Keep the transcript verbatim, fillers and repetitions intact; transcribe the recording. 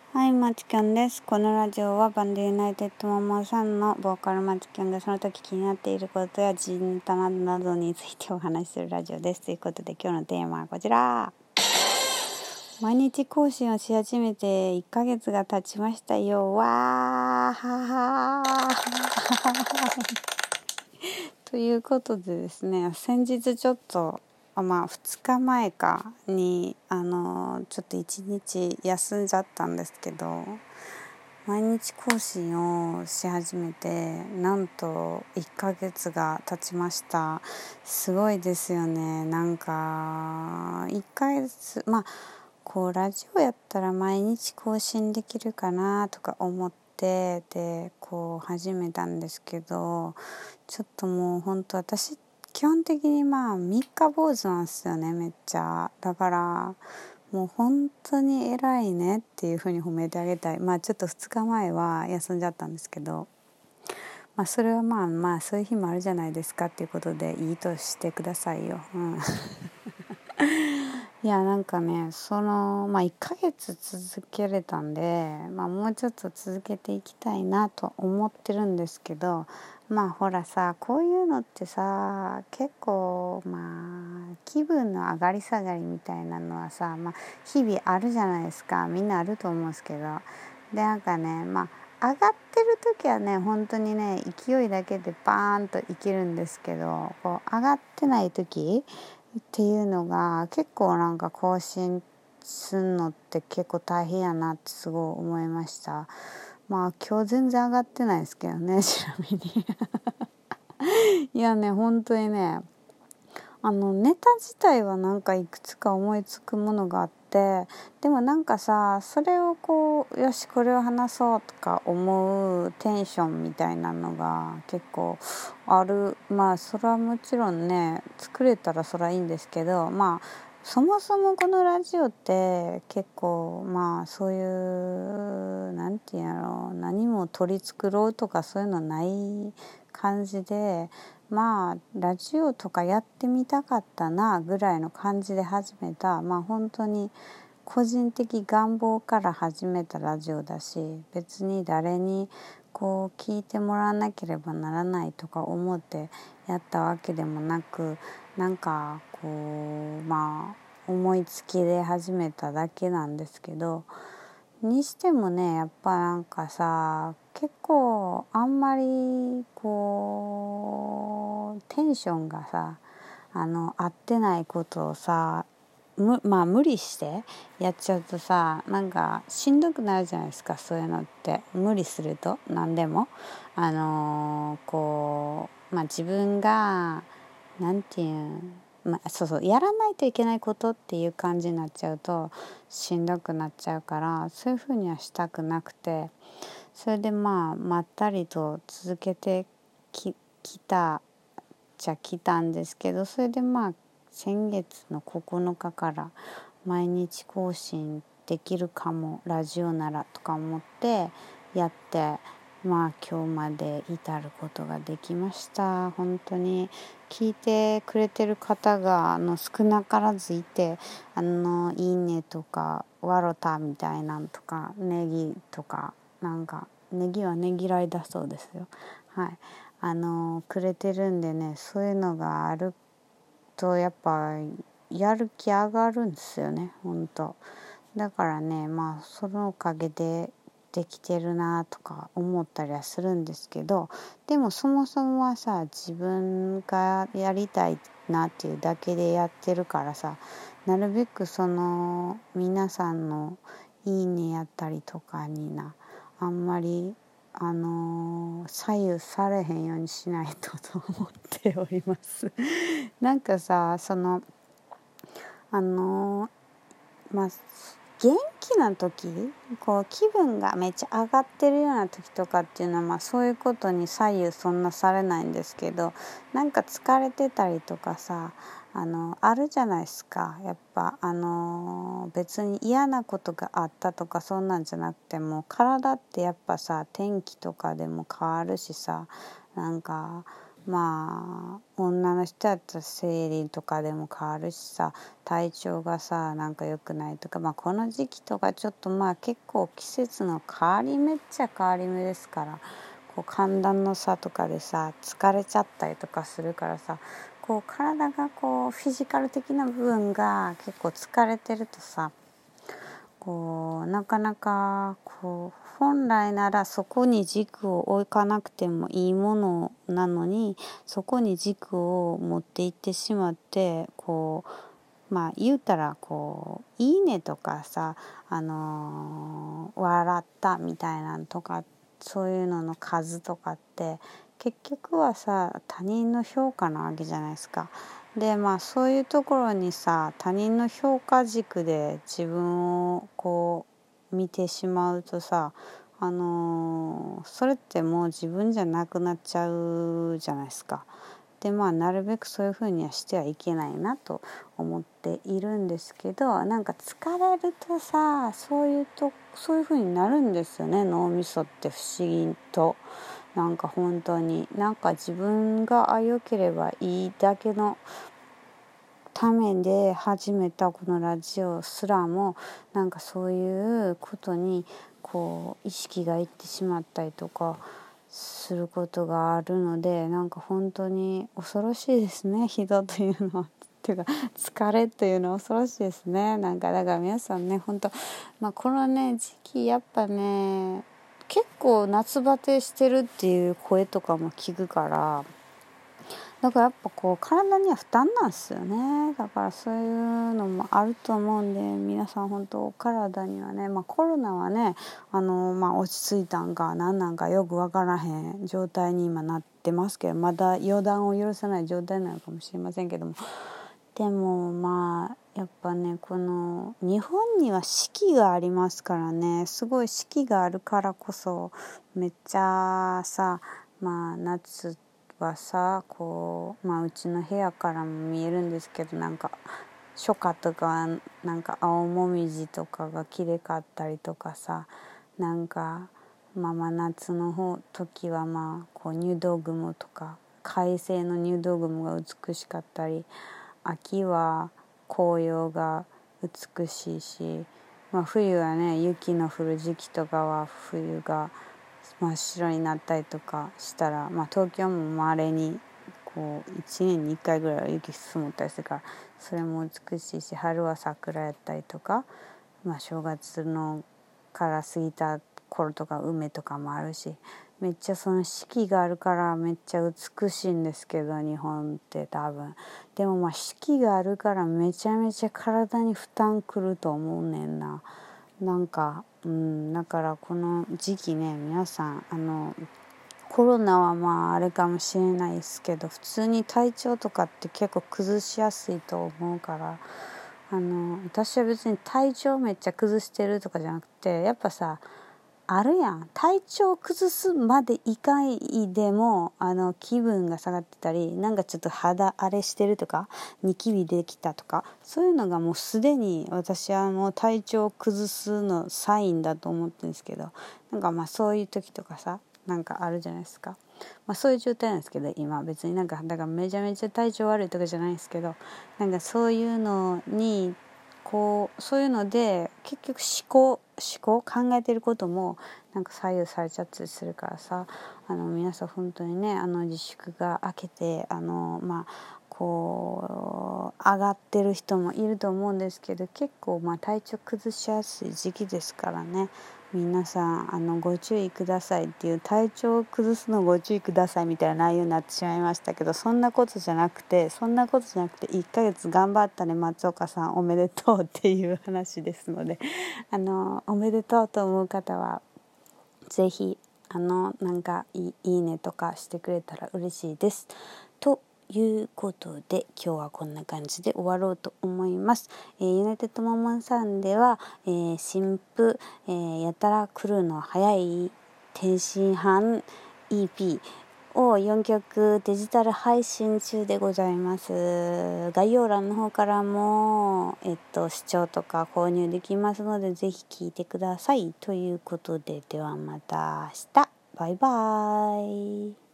はい、まちきょんです。このラジオはバンドユナイテッドママさんのボーカルまちきょんがその時気になっていることや時事ネタなどなどについてお話しするラジオです。ということで今日のテーマはこちら。毎日更新をし始めていっかげつが経ちましたよ。わーははーということでですね、先日ちょっとまあふつかまえかにあのちょっといちにち休んじゃったんですけど、毎日更新をし始めてなんといっかげつが経ちました。すごいですよね。なんかいっかげつ、まあこうラジオやったら毎日更新できるかなとか思ってでこう始めたんですけど、ちょっともう本当私基本的にまあ三日坊主なんですよね。めっちゃだからもう本当に偉いねっていう風に褒めてあげたい。まあちょっとふつかまえは休んじゃったんですけど、まあそれはまあまあそういう日もあるじゃないですかっていうことでいいとしてくださいよ。うんいやなんかねそのまあいっかげつ続けれたんで、まあもうちょっと続けていきたいなと思ってるんですけど、まあほらさ、こういうのってさ結構まあ気分の上がり下がりみたいなのはさ、まあ日々あるじゃないですか。みんなあると思うんですけど、でなんかねまあ上がってる時はね本当にね勢いだけでバーンといけるんですけど、こう上がってない時っていうのが結構なんか更新するのって結構大変やなってすごい思いました。まあ今日全然上がってないですけどね、ちなみにいやね本当にねあのネタ自体はなんかいくつか思いつくものがあって、でもなんかさそれをこうよしこれを話そうとか思うテンションみたいなのが結構ある。まあそれはもちろんね作れたらそれはいいんですけど、まあそもそもこのラジオって結構まあそういうなんていうんやろう、何も取り繕うとかそういうのない感じで、まあラジオとかやってみたかったなぐらいの感じで始めた、まあ本当に個人的願望から始めたラジオだし、別に誰にこう聞いてもらわなければならないとか思ってやったわけでもなく、なんかこうまあ思いつきで始めただけなんですけど、にしてもねやっぱなんかさ結構あんまりこうテンションがさあの合ってないことをさむまあ無理してやっちゃうとさなんかしんどくなるじゃないですか。そういうのって無理すると何でもあのー、こうまあ自分がなんていうんまあ、そうそうやらないといけないことっていう感じになっちゃうとしんどくなっちゃうから、そういうふうにはしたくなくて、それでまあまったりと続けてききたじゃ来たんですけど、それでまあ先月のここのかから毎日更新できるかもラジオならとか思ってやって、まあ今日まで至ることができました。本当に聞いてくれてる方があの少なからずいて、あのいいねとかわろたみたいなんとかネギとかなんかネギはねぎらいだそうですよ。はい、あのくれてるんでね、そういうのがあるとやっぱやる気上がるんですよね本当。だからねまあそのおかげでできてるなとか思ったりはするんですけど、でもそもそもはさ自分がやりたいなっていうだけでやってるからさ、なるべくその皆さんのいいねやったりとかになあんまりあのー、左右されへんようにしないとと思っておりますなんかさそのあのー、まあ元気な時こう気分がめっちゃ上がってるような時とかっていうのは、まあ、そういうことに左右そんなされないんですけど、なんか疲れてたりとかさあのあるじゃないですか。やっぱあの別に嫌なことがあったとかそんなんじゃなくても体ってやっぱさ天気とかでも変わるしさ、なんかまあ女の人だったら生理とかでも変わるしさ、体調がさなんか良くないとか、まあこの時期とかちょっとまあ結構季節の変わり目っちゃ変わり目ですから、こう寒暖の差とかでさ疲れちゃったりとかするからさ、こう体がこうフィジカル的な部分が結構疲れてるとさ、こうなかなかこう本来ならそこに軸を置かなくてもいいものなのに、そこに軸を持っていってしまって、こうまあ言うたらこういいねとかさ、あのー、笑ったみたいなんとか、そういうのの数とかって結局はさ他人の評価なわけじゃないですか。でまあそういうところにさ、他人の評価軸で自分をこう見てしまうとさ、あのー、それってもう自分じゃなくなっちゃうじゃないですか。でまあなるべくそういう風にはしてはいけないなと思っているんですけど、なんか疲れるとさ、そういうとそういう風になるんですよね、脳みそって不思議と。なんか本当になんか自分があ良ければいいだけのためで始めたこのラジオすらも、なんかそういうことにこう意識がいってしまったりとかすることがあるので、なんか本当に恐ろしいですね、人というのは。っていうか疲れというのは恐ろしいですね。なんかだから皆さんね、本当まあこのね時期やっぱね結構夏バテしてるっていう声とかも聞くから、だからやっぱこう体には負担なんですよね。だからそういうのもあると思うんで、皆さん本当お体にはね、まあコロナはね、あのまあ落ち着いたんかなんなんかよくわからへん状態に今なってますけど、まだ予断を許さない状態なのかもしれませんけども、でもまあやっぱね、この日本には四季がありますからね、すごい四季があるからこそめっちゃさ、まあ夏はさこう、まあうちの部屋からも見えるんですけど、なんか初夏とかなんか青もみじとかが綺麗かったりとかさ、なんかまあ真夏の方時はまあこう入道雲とか快晴の入道雲が美しかったり、秋は紅葉が美しいし、まあ、冬はね雪の降る時期とかは冬が真っ白になったりとかしたら、まあ、東京もまれにこういちねんにいっかいぐらいは雪積もったりするから、それも美しいし、春は桜やったりとか、まあ、正月のから過ぎた頃とか梅とかもあるし、めっちゃその四季があるからめっちゃ美しいんですけど、日本って多分でもまあ四季があるからめちゃめちゃ体に負担くると思うねんな。なんかうんだからこの時期ね、皆さんあのコロナはまああれかもしれないですけど、普通に体調とかって結構崩しやすいと思うから、あの私は別に体調めっちゃ崩してるとかじゃなくて、やっぱさあるやん、体調崩すまでいかんでもあの気分が下がってたり、なんかちょっと肌荒れしてるとかニキビできたとか、そういうのがもうすでに私はもう体調を崩すのサインだと思ってるんですけど、なんかまあそういう時とかさなんかあるじゃないですか。まあそういう状態なんですけど、今別になんかだからめちゃめちゃ体調悪いとかじゃないですけど、なんかそういうのにこうそういうので結局思考思考考えてることもなんか左右されちゃったりするからさ、あの皆さん本当にね、あの自粛が明けてあのまあこう上がってる人もいると思うんですけど、結構まあ体調崩しやすい時期ですからね、皆さんあのご注意くださいっていう、体調を崩すのご注意くださいみたいな内容になってしまいましたけど、そんなことじゃなくてそんなことじゃなくていっかげつ頑張ったね松岡さんおめでとうっていう話ですので、あのおめでとうと思う方はぜひあのなんかいい、いいねとかしてくれたら嬉しいですということで、今日はこんな感じで終わろうと思います。えー、ユナイテッドママンさんでは、えー、新婦、えー、やたら来るの早い天津飯 イーピー をよんきょくデジタル配信中でございます。概要欄の方からも、えっと、視聴とか購入できますので、ぜひ聞いてください。ということで、ではまた明日。バイバーイ。